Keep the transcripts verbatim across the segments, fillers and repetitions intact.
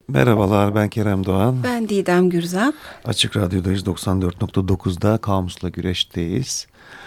Merhabalar, ben Kerem Doğan. Ben Didem Gürzap. Açık Radyo'dayız, doksan dört nokta dokuzda Kamus'la Güreş'teyiz.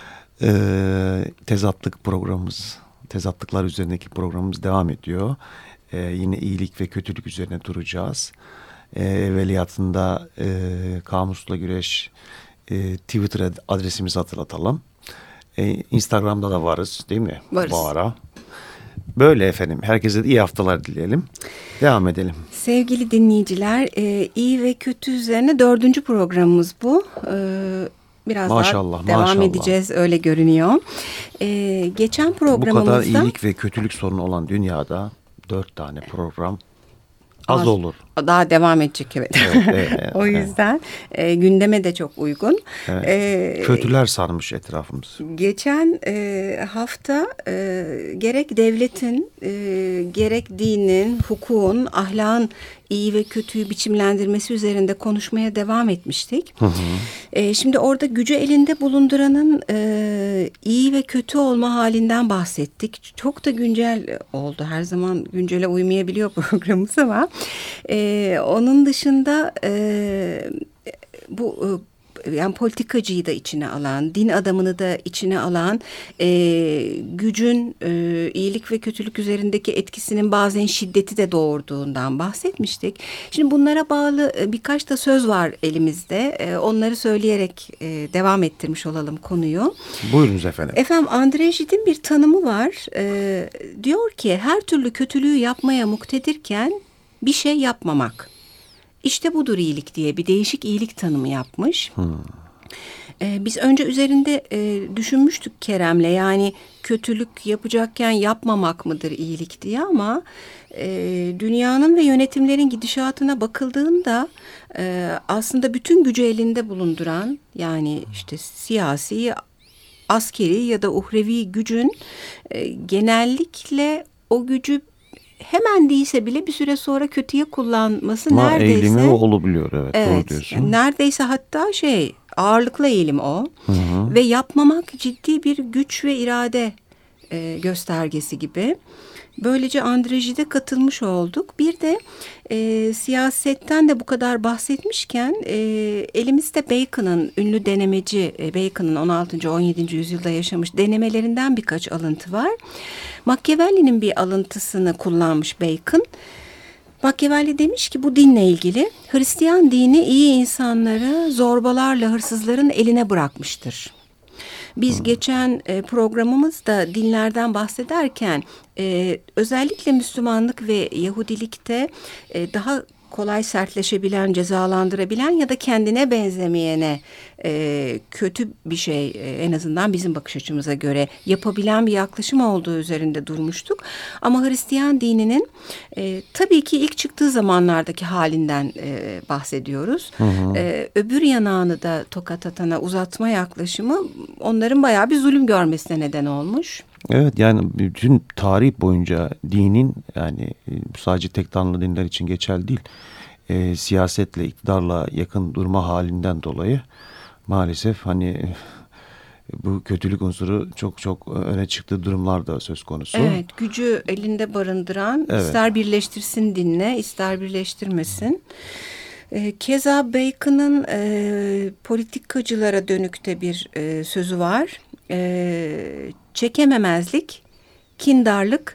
Ee, tezatlık programımız, tezatlıklar üzerindeki programımız devam ediyor. Ee, yine iyilik ve kötülük üzerine duracağız. Ee, evveliyatında e, Kamus'la Güreş e, Twitter adresimizi hatırlatalım. Ee, Instagram'da da varız, değil mi? Varız. Bu ara. Böyle efendim. Herkese de iyi haftalar dileyelim. Devam edelim. Sevgili dinleyiciler, e, iyi ve kötü üzerine dördüncü programımız bu. E, biraz maşallah, daha devam maşallah. edeceğiz, öyle görünüyor. E, geçen programımızda... Bu kadar iyilik ve kötülük sorunu olan dünyada dört tane program az, az olur. Daha devam edecek, evet. evet, evet, evet o yüzden evet. e, gündeme de çok uygun. Evet. E, Kötüler sarmış etrafımız. Geçen e, hafta e, gerek devletin, e, gerek dinin, hukukun, ahlakın iyi ve kötüyü biçimlendirmesi üzerinde konuşmaya devam etmiştik. Hı hı. E, şimdi orada gücü elinde bulunduranın e, iyi ve kötü olma halinden bahsettik. Çok da güncel oldu. Her zaman güncele uymayabiliyor programımız ama... E, Ee, onun dışında e, bu yani politikacıyı da içine alan, din adamını da içine alan, e, gücün e, iyilik ve kötülük üzerindeki etkisinin bazen şiddeti de doğurduğundan bahsetmiştik. Şimdi bunlara bağlı birkaç da söz var elimizde. E, onları söyleyerek e, devam ettirmiş olalım konuyu. Buyurunuz efendim. Efendim, André Gide'in bir tanımı var. E, diyor ki her türlü kötülüğü yapmaya muktedirken bir şey yapmamak. İşte budur iyilik diye bir değişik iyilik tanımı yapmış. Hmm. Ee, biz önce üzerinde e, düşünmüştük Kerem'le. Yani kötülük yapacakken yapmamak mıdır iyilik diye ama e, dünyanın ve yönetimlerin gidişatına bakıldığında e, aslında bütün gücü elinde bulunduran, yani işte siyasi, askeri ya da uhrevi gücün e, genellikle o gücü hemen değilse bile bir süre sonra kötüye kullanması Ma neredeyse... eğilimi olabiliyor, evet, evet, doğru diyorsun. Yani neredeyse hatta şey, ağırlıklı eğilim o. Hı hı. Ve yapmamak ciddi bir güç ve irade e, göstergesi gibi. Böylece André Gide'e katılmış olduk. Bir de e, siyasetten de bu kadar bahsetmişken e, elimizde Bacon'ın, ünlü denemeci e, Bacon'ın on altıncı on yedinci yüzyılda yaşamış denemelerinden birkaç alıntı var. Machiavelli'nin bir alıntısını kullanmış Bacon. Machiavelli demiş ki bu dinle ilgili, Hristiyan dini iyi insanları zorbalarla hırsızların eline bırakmıştır. Biz hmm. geçen e, programımızda dinlerden bahsederken e, özellikle Müslümanlık ve Yahudilikte e, daha kolay sertleşebilen, cezalandırabilen ya da kendine benzemeyene e, kötü bir şey, e, en azından bizim bakış açımıza göre yapabilen bir yaklaşım olduğu üzerinde durmuştuk. Ama Hristiyan dininin e, tabii ki ilk çıktığı zamanlardaki halinden e, bahsediyoruz. Hı hı. E, öbür yanağını da tokat atana uzatma yaklaşımı onların bayağı bir zulüm görmesine neden olmuş. Evet, yani bütün tarih boyunca dinin, yani sadece tek tanrılı dinler için geçerli değil, e, siyasetle, iktidarla yakın durma halinden dolayı maalesef hani bu kötülük unsuru çok çok öne çıktığı durumlar da söz konusu. Evet, gücü elinde barındıran, evet. ister birleştirsin dinle, ister birleştirmesin. E, keza Bacon'ın e, politikacılara dönük de bir e, sözü var. E, çekememezlik, kindarlık,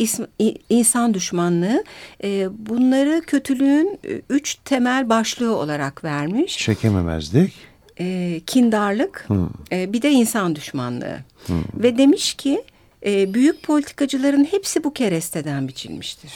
insan düşmanlığı, e, bunları kötülüğün üç temel başlığı olarak vermiş. Çekememezlik, e, kindarlık, hmm. e, bir de insan düşmanlığı. Hmm. Ve demiş ki e, büyük politikacıların hepsi bu keresteden biçilmiştir.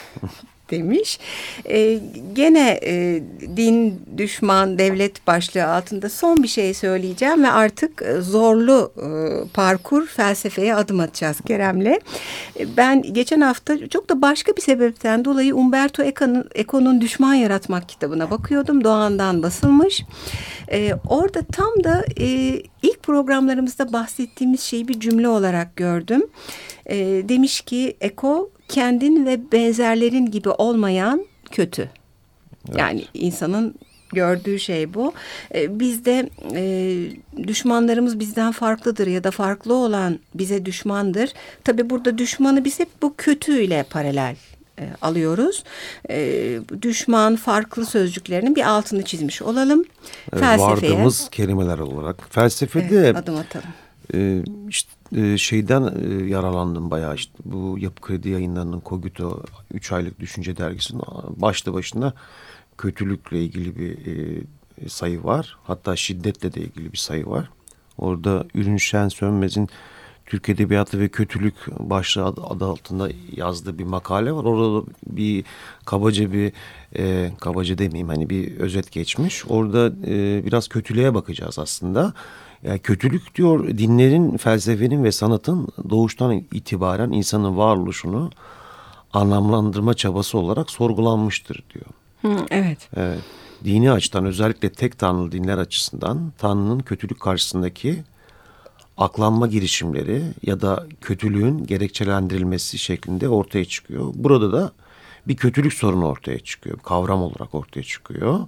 demiş. E, gene e, din, düşman, devlet başlığı altında son bir şey söyleyeceğim ve artık zorlu e, parkur felsefeye adım atacağız Kerem'le. E, ben geçen hafta çok da başka bir sebepten dolayı Umberto Eco'nun, Eco'nun Düşman Yaratmak kitabına bakıyordum. Doğan'dan basılmış. E, orada tam da e, ilk programlarımızda bahsettiğimiz şeyi bir cümle olarak gördüm. E, demiş ki Eco, kendin ve benzerlerin gibi olmayan kötü. Evet. Yani insanın gördüğü şey bu. Ee, bizde e, düşmanlarımız bizden farklıdır ya da farklı olan bize düşmandır. Tabii burada düşmanı biz hep bu kötüyle paralel e, alıyoruz. E, düşman, farklı sözcüklerinin bir altını çizmiş olalım. Evet, Felsefeye vardığımız kelimeler olarak. Felsefede evet, adım atalım. E, işte e, şeyden e, yaralandım bayağı, işte bu Yapı Kredi Yayınları'nın Kogito üç aylık düşünce dergisinin başlı başına kötülükle ilgili bir e, sayı var. Hatta şiddetle de ilgili bir sayı var. Orada Ürün Şen Sönmez'in Türk Edebiyatı ve Kötülük başlığı adı, adı altında yazdığı bir makale var. Orada bir kabaca bir e, kabaca demeyeyim, hani bir özet geçmiş. Orada e, biraz kötülüğe bakacağız aslında. Yani kötülük diyor, dinlerin, felsefenin ve sanatın doğuştan itibaren insanın varoluşunu anlamlandırma çabası olarak sorgulanmıştır diyor. Hı, evet. Evet. Dini açıdan, özellikle tek tanrılı dinler açısından Tanrı'nın kötülük karşısındaki aklanma girişimleri ya da kötülüğün gerekçelendirilmesi şeklinde ortaya çıkıyor. Burada da bir kötülük sorunu ortaya çıkıyor. Kavram olarak ortaya çıkıyor.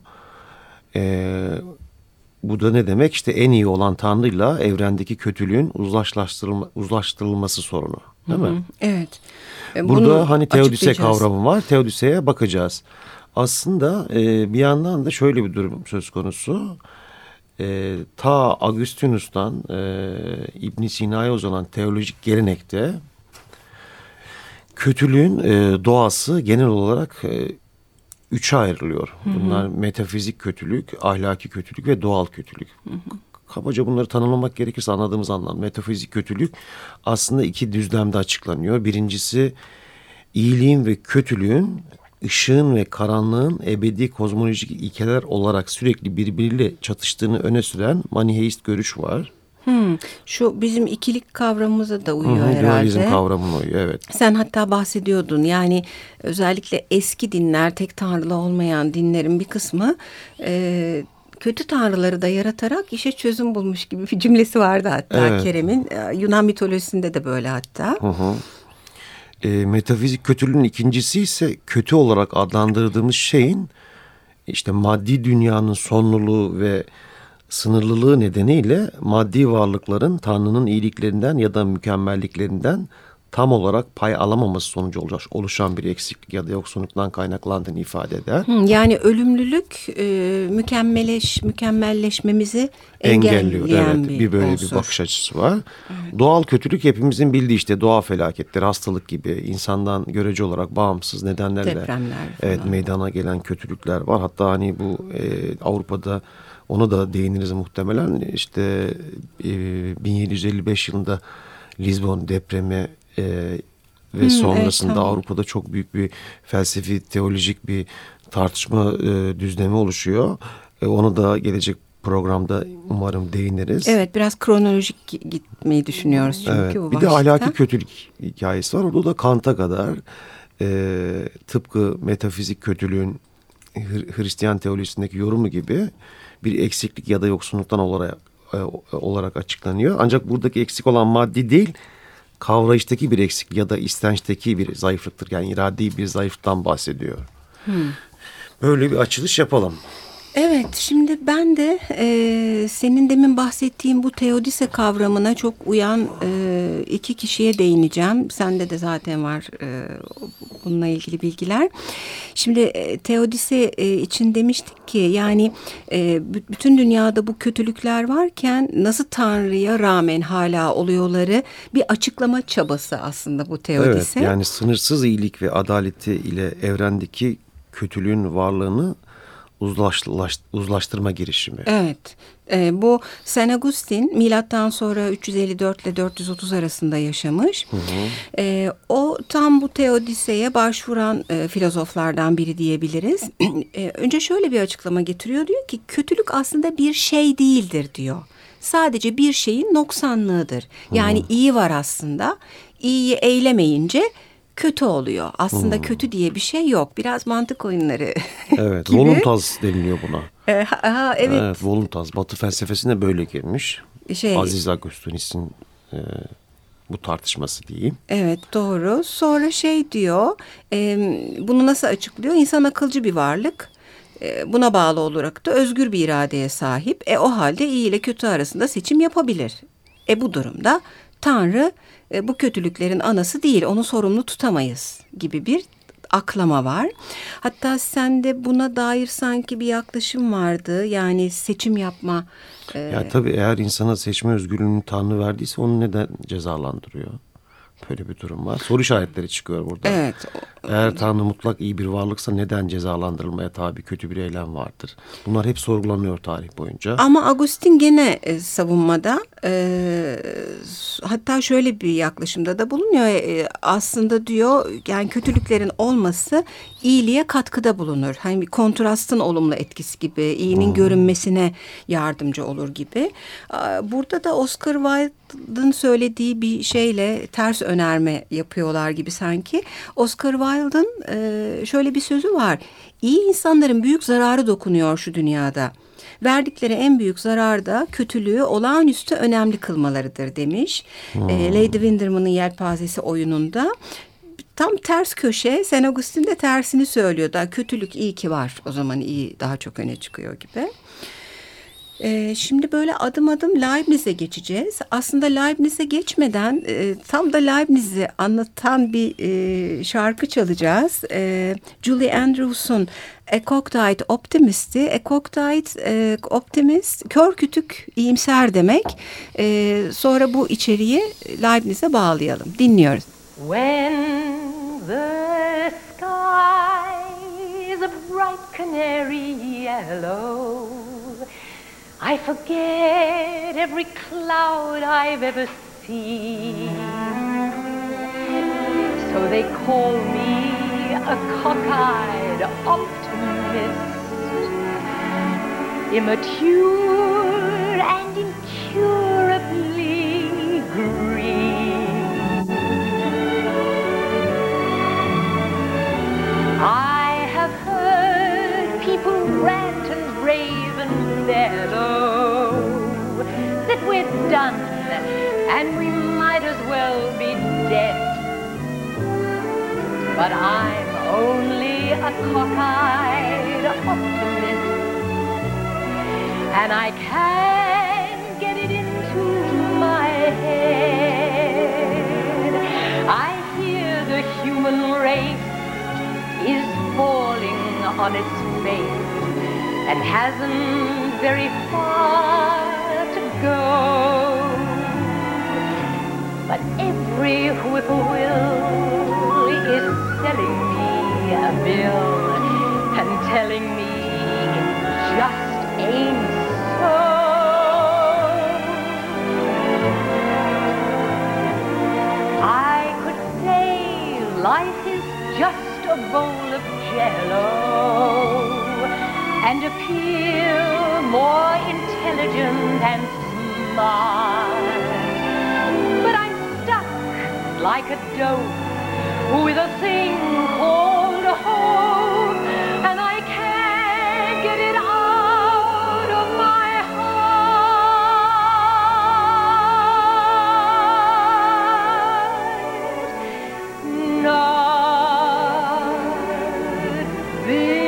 Ee, bu da ne demek? İşte en iyi olan Tanrı'yla evrendeki kötülüğün uzlaştırılma, uzlaştırılması sorunu. Değil Hı-hı. mi? Evet. E, Burada bunu hani teodise kavramı var. Teodise'ye bakacağız. Aslında e, bir yandan da şöyle bir durum söz konusu. E, ta Augustinus'tan e, İbn Sina'ya uzanan teolojik gelenekte kötülüğün e, doğası genel olarak e, üçe ayrılıyor. Hı hı. Bunlar metafizik kötülük, ahlaki kötülük ve doğal kötülük. Hı hı. Kabaca bunları tanımlamak gerekirse anladığımız anlam. Metafizik kötülük aslında iki düzlemde açıklanıyor. Birincisi, iyiliğin ve kötülüğün, ışığın ve karanlığın ebedi kozmolojik ilkeler olarak sürekli birbiriyle çatıştığını öne süren maniheist görüş var. Hmm, şu bizim ikilik kavramımıza da uyuyor Hı hı, herhalde. dualizm kavramına uyuyor, evet. Sen hatta bahsediyordun, yani özellikle eski dinler, tek tanrılı olmayan dinlerin bir kısmı e, kötü tanrıları da yaratarak işe çözüm bulmuş gibi bir cümlesi vardı hatta, evet. Kerem'in. Yunan mitolojisinde de böyle hatta. Hı hı. E, metafizik kötülüğün ikincisi ise kötü olarak adlandırdığımız şeyin işte maddi dünyanın sonluluğu ve sınırlılığı nedeniyle maddi varlıkların Tanrı'nın iyiliklerinden ya da mükemmelliklerinden tam olarak pay alamaması sonucu oluşan bir eksiklik ya da yoksunluktan kaynaklandığını ifade eder. Yani ölümlülük e, mükemmeleş mükemmelleşmemizi engelliyor. Evet, bir, bir böyle unsur. bir bakış açısı var. Evet. Doğal kötülük hepimizin bildiği işte doğa felaketleri, hastalık gibi insandan görece olarak bağımsız nedenlerle depremler falan. Evet, meydana gelen kötülükler var. Hatta hani bu e, Avrupa'da, ona da değiniriz muhtemelen, işte e, bin yedi yüz elli beş yılında Lizbon depremi e, ve hmm, sonrasında evet, tamam. Avrupa'da çok büyük bir felsefi, teolojik bir tartışma e, düzlemi oluşuyor. E, onu da gelecek programda umarım değiniriz. Evet, biraz kronolojik gitmeyi düşünüyoruz çünkü evet, bu bir başlıkta. de ahlaki kötülük hikayesi var. Orada da Kant'a kadar e, tıpkı metafizik kötülüğün Hristiyan teolojisindeki yorumu gibi bir eksiklik ya da yoksunluktan olarak e, olarak açıklanıyor. Ancak buradaki eksik olan maddi değil, kavrayıştaki bir eksiklik ya da istençteki bir zayıflıktır. Yani iradi bir zayıflıktan bahsediyor. Hmm. Böyle bir açılış yapalım. Evet, şimdi ben de e, senin demin bahsettiğin bu teodise kavramına çok uyan e, iki kişiye değineceğim. Sende de zaten var e, bununla ilgili bilgiler. Şimdi e, teodise e, için demiştik ki yani e, bütün dünyada bu kötülükler varken nasıl Tanrı'ya rağmen hala oluyorları bir açıklama çabası aslında bu teodise. Evet, yani sınırsız iyilik ve adaleti ile evrendeki kötülüğün varlığını Uzlaş, uzlaştırma girişimi. Evet. E, bu Saint Augustin milattan sonra üç yüz elli dört ile dört yüz otuz arasında yaşamış. Hı hı. E, o tam bu teodiseye başvuran e, filozoflardan biri diyebiliriz. E, önce şöyle bir açıklama getiriyor. Diyor ki kötülük aslında bir şey değildir diyor. Sadece bir şeyin noksanlığıdır. Yani hı. iyi var aslında. İyiyi eylemeyince kötü oluyor. Aslında hmm. kötü diye bir şey yok. Biraz mantık oyunları evet, gibi. Voluntaz deniliyor buna. Ee, ha, evet. Evet, Voluntaz. Batı felsefesine böyle girmiş. Şey, Aziz Augustinus'un e, bu tartışması diyeyim. Evet, doğru. Sonra şey diyor, e, bunu nasıl açıklıyor? İnsan akılcı bir varlık. E, buna bağlı olarak da özgür bir iradeye sahip. E, o halde iyi ile kötü arasında seçim yapabilir. E, bu durumda Tanrı bu kötülüklerin anası değil, onu sorumlu tutamayız gibi bir aklama var. Hatta sende buna dair sanki bir yaklaşım vardı. Yani seçim yapma. E... Ya tabii eğer insana seçme özgürlüğünü Tanrı verdiyse onu neden cezalandırıyor? Böyle bir durum var. Soru işaretleri çıkıyor burada. Evet. Eğer Tanrı mutlak iyi bir varlıksa neden cezalandırılmaya tabi kötü bir eylem vardır? Bunlar hep sorgulanıyor tarih boyunca. Ama Agustin gene e, savunmada e, hatta şöyle bir yaklaşımda da bulunuyor. E, aslında diyor yani kötülüklerin olması iyiliğe katkıda bulunur. Hani bir kontrastın olumlu etkisi gibi, iyinin hmm. görünmesine yardımcı olur gibi. Burada da Oscar Wilde'ın söylediği bir şeyle ters önerme yapıyorlar gibi sanki. Oscar Wilde'ın e, şöyle bir sözü var. İyi insanların büyük zararı dokunuyor şu dünyada. Verdikleri en büyük zarar da kötülüğü olağanüstü önemli kılmalarıdır demiş. Hmm. E, Lady Windermere'ın Yelpazesi oyununda. Tam ters köşe, Saint Augustine de tersini söylüyor. Daha kötülük iyi ki var, o zaman iyi daha çok öne çıkıyor gibi. Ee, şimdi böyle adım adım Leibniz'e geçeceğiz. Aslında Leibniz'e geçmeden e, tam da Leibniz'i anlatan bir e, şarkı çalacağız. E, Julie Andrews'un A Cockeyed Optimist'i. A Cockeyed e, Optimist, kör kütük iyimser demek. E, sonra bu içeriği Leibniz'e bağlayalım. Dinliyoruz. When the sky is a bright canary yellow, I forget every cloud I've ever seen. So they call me a cockeyed optimist, immature and incurably green. I have heard people rant and rave and bellow that we're done and we might as well be dead. But I'm only a cockeyed optimist, and I can't get it into my head. I hear the human race is falling on its face and hasn't very far to go. But every whippoorwill is selling me a bill and telling me it just ain't so. I could say life is just a bowl of jello and appear more intelligent and smart, but I'm stuck like a dope with a thing called hope, and I can't get it out of my heart. Not this.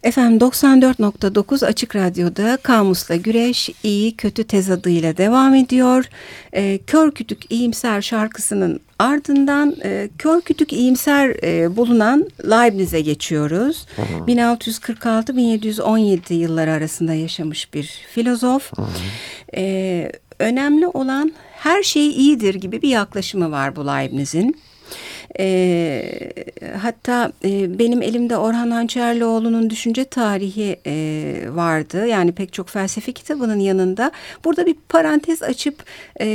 Efendim doksan dört nokta dokuz Açık Radyo'da Kamus'la Güreş iyi kötü tezadıyla devam ediyor. E, Kör Kütük İyimser şarkısının ardından e, Kör Kütük İyimser e, bulunan Leibniz'e geçiyoruz. Hı hı. bin altı yüz kırk altı bin yedi yüz on yedi yılları arasında yaşamış bir filozof. Hı hı. E, önemli olan her şey iyidir gibi bir yaklaşımı var bu Leibniz'in. E, hatta e, benim elimde Orhan Hançerlioğlu'nun düşünce tarihi e, vardı. Yani pek çok felsefe kitabının yanında. Burada bir parantez açıp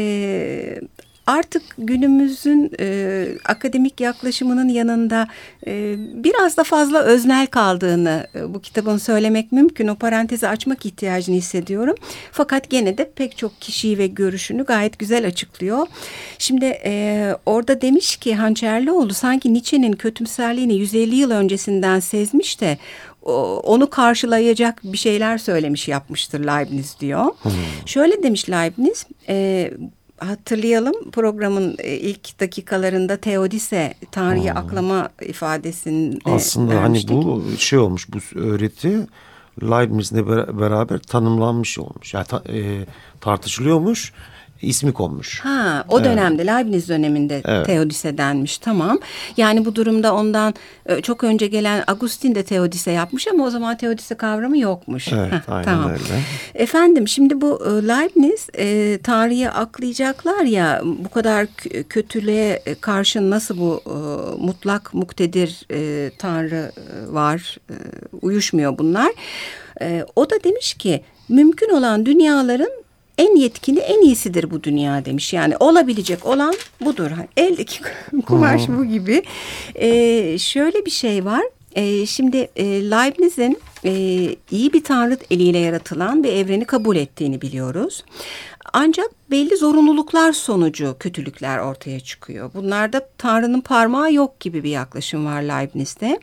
e, artık günümüzün e, akademik yaklaşımının yanında e, biraz da fazla öznel kaldığını e, bu kitabın söylemek mümkün. O parantezi açmak ihtiyacını hissediyorum. Fakat gene de pek çok kişiyi ve görüşünü gayet güzel açıklıyor. Şimdi e, orada demiş ki Hançerlioğlu sanki Nietzsche'nin kötümserliğini yüz elli yıl öncesinden sezmiş de onu karşılayacak bir şeyler söylemiş yapmıştır Leibniz diyor. Hmm. Şöyle demiş Leibniz, e, hatırlayalım programın ilk dakikalarında Teodise, Tanrı'yı hmm. aklama ifadesini aslında vermiştik. Hani bu şey olmuş, bu öğreti Leibniz'le beraber tanımlanmış olmuş. Yani ta, e, tartışılıyormuş. İsmi konmuş. Ha, o dönemde evet. Leibniz döneminde evet. Teodise denmiş. Tamam. Yani bu durumda ondan çok önce gelen Agustin de Teodise yapmış ama o zaman Teodise kavramı yokmuş. Evet, Heh, aynen tamam. öyle. Efendim şimdi bu Leibniz e, Tanrı'yı aklayacaklar ya, bu kadar kötülüğe karşı nasıl bu e, mutlak muktedir e, Tanrı var, e, uyuşmuyor bunlar. E, o da demiş ki mümkün olan dünyaların en yetkili, en iyisidir bu dünya demiş. Yani olabilecek olan budur. Eldeki kumaş bu gibi. Ee, şöyle bir şey var. Ee, şimdi e, Leibniz'in e, iyi bir tanrı eliyle yaratılan bir evreni kabul ettiğini biliyoruz. Ancak belli zorunluluklar sonucu kötülükler ortaya çıkıyor. Bunlarda Tanrı'nın parmağı yok gibi bir yaklaşım var Leibniz'de.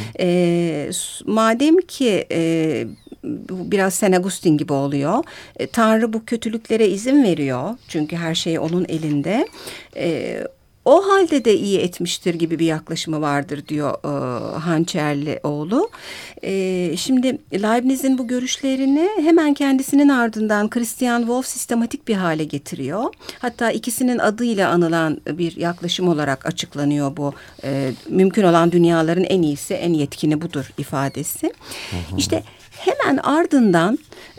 E, madem ki e, biraz Saint Augustin gibi oluyor. E, Tanrı bu kötülüklere izin veriyor. Çünkü her şey onun elinde. E, o halde de iyi etmiştir gibi bir yaklaşımı vardır diyor e, Hançerlioğlu. E, şimdi Leibniz'in bu görüşlerini hemen kendisinin ardından Christian Wolff sistematik bir hale getiriyor. Hatta ikisinin adıyla anılan bir yaklaşım olarak açıklanıyor bu. E, mümkün olan dünyaların en iyisi, en yetkini budur ifadesi. Hı hı. İşte hemen ardından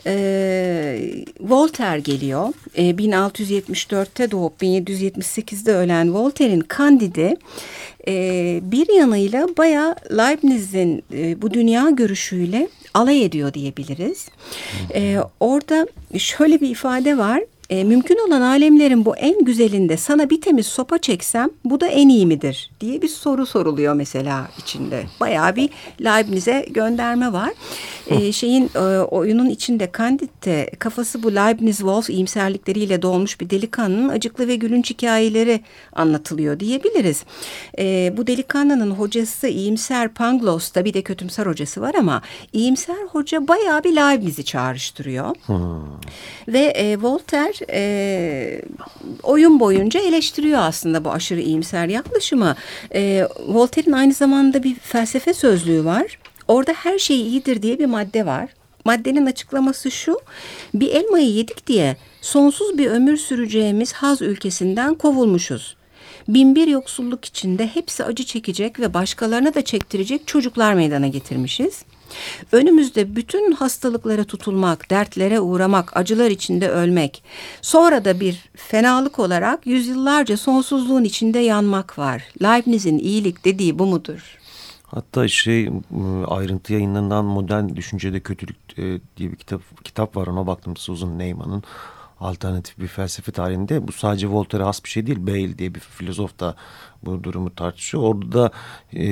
e, Voltaire geliyor. E, bin altı yüz yetmiş dörtte doğup bin yedi yüz yetmiş sekizde ölen Voltaire'in Candide e, bir yanıyla bayağı Leibniz'in e, bu dünya görüşüyle alay ediyor diyebiliriz. E, orada şöyle bir ifade var. E, mümkün olan alemlerin bu en güzelinde sana bir temiz sopa çeksem bu da en iyi midir diye bir soru soruluyor mesela içinde. Bayağı bir Leibniz'e gönderme var. E, şeyin e, oyunun içinde Candide kafası bu Leibniz-Wolff iyimserlikleriyle dolmuş bir delikanlının acıklı ve gülünç hikayeleri anlatılıyor diyebiliriz. E, bu delikanlının hocası iyimser Pangloss'ta bir de kötümser hocası var ama iyimser hoca bayağı bir Leibniz'i çağrıştırıyor. Hmm. Ve e, Voltaire E, oyun boyunca eleştiriyor aslında bu aşırı iyimser yaklaşımı. E, Voltaire'in aynı zamanda bir felsefe sözlüğü var. Orada her şey iyidir diye bir madde var. Maddenin açıklaması şu: bir elmayı yedik diye sonsuz bir ömür süreceğimiz haz ülkesinden kovulmuşuz. Binbir yoksulluk içinde hepsi acı çekecek ve başkalarına da çektirecek çocuklar meydana getirmişiz. Önümüzde bütün hastalıklara tutulmak, dertlere uğramak, acılar içinde ölmek, sonra da bir fenalık olarak yüzyıllarca sonsuzluğun içinde yanmak var. Leibniz'in iyilik dediği bu mudur? Hatta şey ayrıntı yayınlanan Modern Düşüncede Kötülük diye bir kitap kitap var, ona baktım, Susan Neymann'ın alternatif bir felsefe tarihinde. Bu sadece Voltaire'e has bir şey değil. Bale diye bir filozof da bu durumu tartışıyor. Orada e,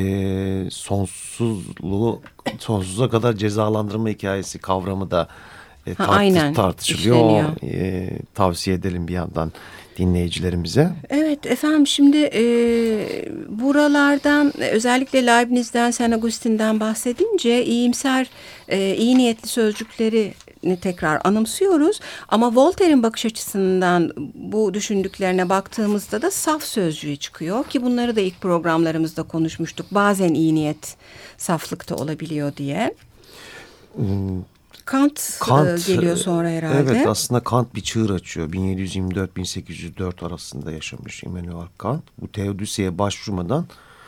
sonsuzluğu, sonsuza kadar cezalandırma hikayesi kavramı da e, tart- ha, aynen, tartışılıyor. E, tavsiye edelim bir yandan dinleyicilerimize. Evet efendim, şimdi e, buralardan özellikle Leibniz'den, Saint Augustin'den bahsedince iyimser, e, iyi niyetli sözcükleri tekrar anımsıyoruz. Ama Voltaire'in bakış açısından bu düşündüklerine baktığımızda da saf sözcüğü çıkıyor ki bunları da ilk programlarımızda konuşmuştuk. Bazen iyi niyet saflıkta olabiliyor diye. Kant, Kant geliyor sonra herhalde. Evet, aslında Kant bir çığır açıyor. bin yedi yüz yirmi dört bin sekiz yüz dört arasında yaşamış Immanuel Kant. Bu teodüseye başvurmadan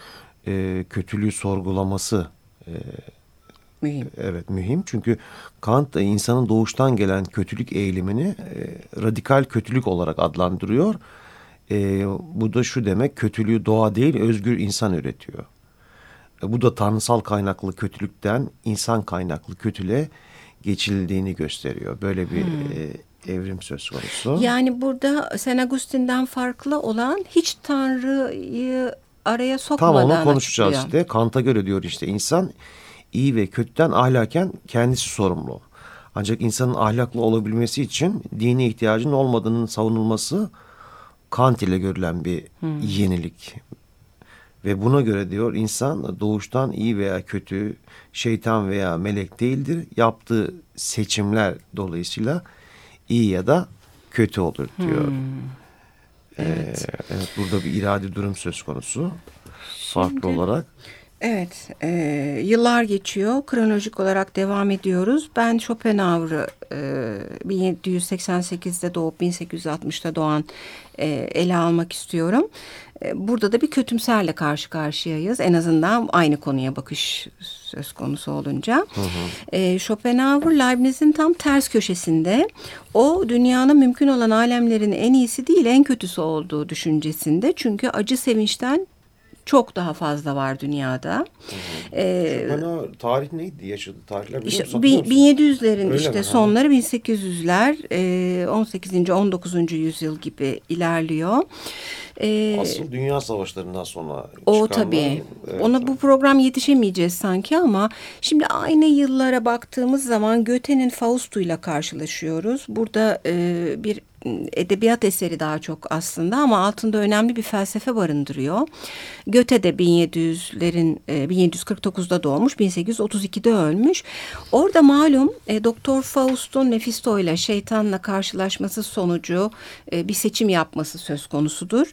e, kötülüğü sorgulaması e, mühim. Evet, mühim. Çünkü Kant insanın doğuştan gelen kötülük eğilimini e, radikal kötülük olarak adlandırıyor. E, bu da şu demek: kötülüğü doğa değil, özgür insan üretiyor. E, bu da tanrısal kaynaklı kötülükten insan kaynaklı kötülüğe geçildiğini gösteriyor. Böyle bir hmm. e, evrim söz konusu. Yani burada Saint Augustine'den farklı olan hiç Tanrı'yı araya sokmadan Tam onu konuşacağız açıklıyor. işte. Kant'a göre diyor işte insan iyi ve kötüden ahlaken kendisi sorumlu. Ancak insanın ahlaklı olabilmesi için dini ihtiyacının olmadığının savunulması Kant ile görülen bir hmm. yenilik. Ve buna göre diyor insan doğuştan iyi veya kötü, şeytan veya melek değildir. Yaptığı seçimler dolayısıyla iyi ya da kötü olur diyor. Hmm. Evet. Ee, evet, burada bir iradi durum söz konusu. Farklı Şimdi, olarak. Evet, e, yıllar geçiyor. Kronolojik olarak devam ediyoruz. Ben Schopenhauer'ı e, bin yedi yüz seksen sekizde doğup bin sekiz yüz altmışta doğan e, ele almak istiyorum. E, burada da bir kötümserle karşı karşıyayız. En azından aynı konuya bakış söz konusu olunca. Hı hı. E, Schopenhauer Leibniz'in tam ters köşesinde. O dünyanın mümkün olan alemlerin en iyisi değil en kötüsü olduğu düşüncesinde. Çünkü acı sevinçten çok daha fazla var dünyada. Ee, Bana tarih neydi? Yaşadığı tarihler işte bin yedi yüzlerin Öyle işte mi? sonları, bin sekiz yüzler, on sekizinci on dokuzuncu yüzyıl gibi ilerliyor. Ee, Asıl dünya savaşlarından sonra o tabii. Evet. Ona bu program yetişemeyeceğiz sanki ama şimdi aynı yıllara baktığımız zaman Goethe'nin Faust'uyla karşılaşıyoruz. Burada e, bir edebiyat eseri daha çok aslında ama altında önemli bir felsefe barındırıyor. Goethe de bin yedi yüzlerin bin yedi yüz kırk dokuzda doğmuş, bin sekiz yüz otuz ikide ölmüş. Orada malum e, Doktor Faust'un Mephisto ile şeytanla karşılaşması sonucu e, bir seçim yapması söz konusudur.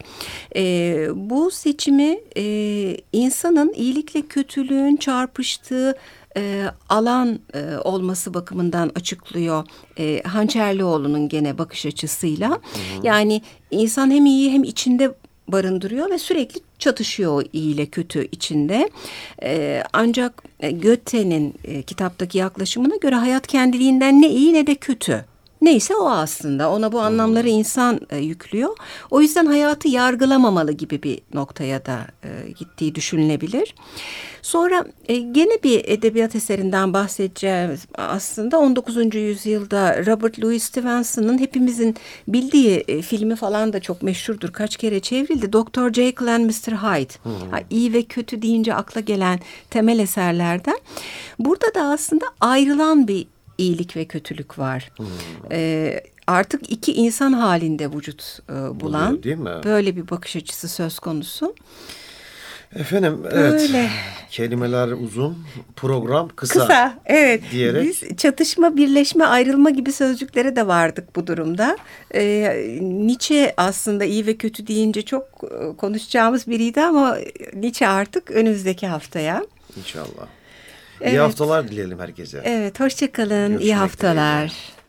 E, bu seçimi e, insanın iyilikle kötülüğün çarpıştığı E, alan e, olması bakımından açıklıyor e, Hançerlioğlu'nun gene bakış açısıyla. Hı hı. Yani insan hem iyi hem içinde barındırıyor ve sürekli çatışıyor iyi ile kötü içinde. E, ancak e, Goethe'nin e, kitaptaki yaklaşımına göre hayat kendiliğinden ne iyi ne de kötü. Neyse o aslında. Ona bu anlamları insan e, yüklüyor. O yüzden hayatı yargılamamalı gibi bir noktaya da e, gittiği düşünülebilir. Sonra e, gene bir edebiyat eserinden bahsedeceğiz. Aslında on dokuzuncu yüzyılda Robert Louis Stevenson'ın hepimizin bildiği e, filmi falan da çok meşhurdur. Kaç kere çevrildi. doktor Jekyll and mister Hyde. Hmm. Ha, iyi ve kötü deyince akla gelen temel eserlerden. Burada da aslında ayrılan bir iyilik ve kötülük var. Hmm. Ee, artık iki insan halinde vücut e, bulan Oluyor, değil mi? Böyle bir bakış açısı söz konusu. Efendim evet. Öyle. Kelimeler uzun, program kısa. Kısa, evet. Diyerek. Biz çatışma, birleşme, ayrılma gibi sözcüklere de vardık bu durumda. Ee, Nietzsche aslında iyi ve kötü deyince çok konuşacağımız biriydi ama Nietzsche artık önümüzdeki haftaya. İnşallah. Evet. İyi haftalar dileyelim herkese. Evet, hoşça kalın. İyi haftalar. Dileğiyle.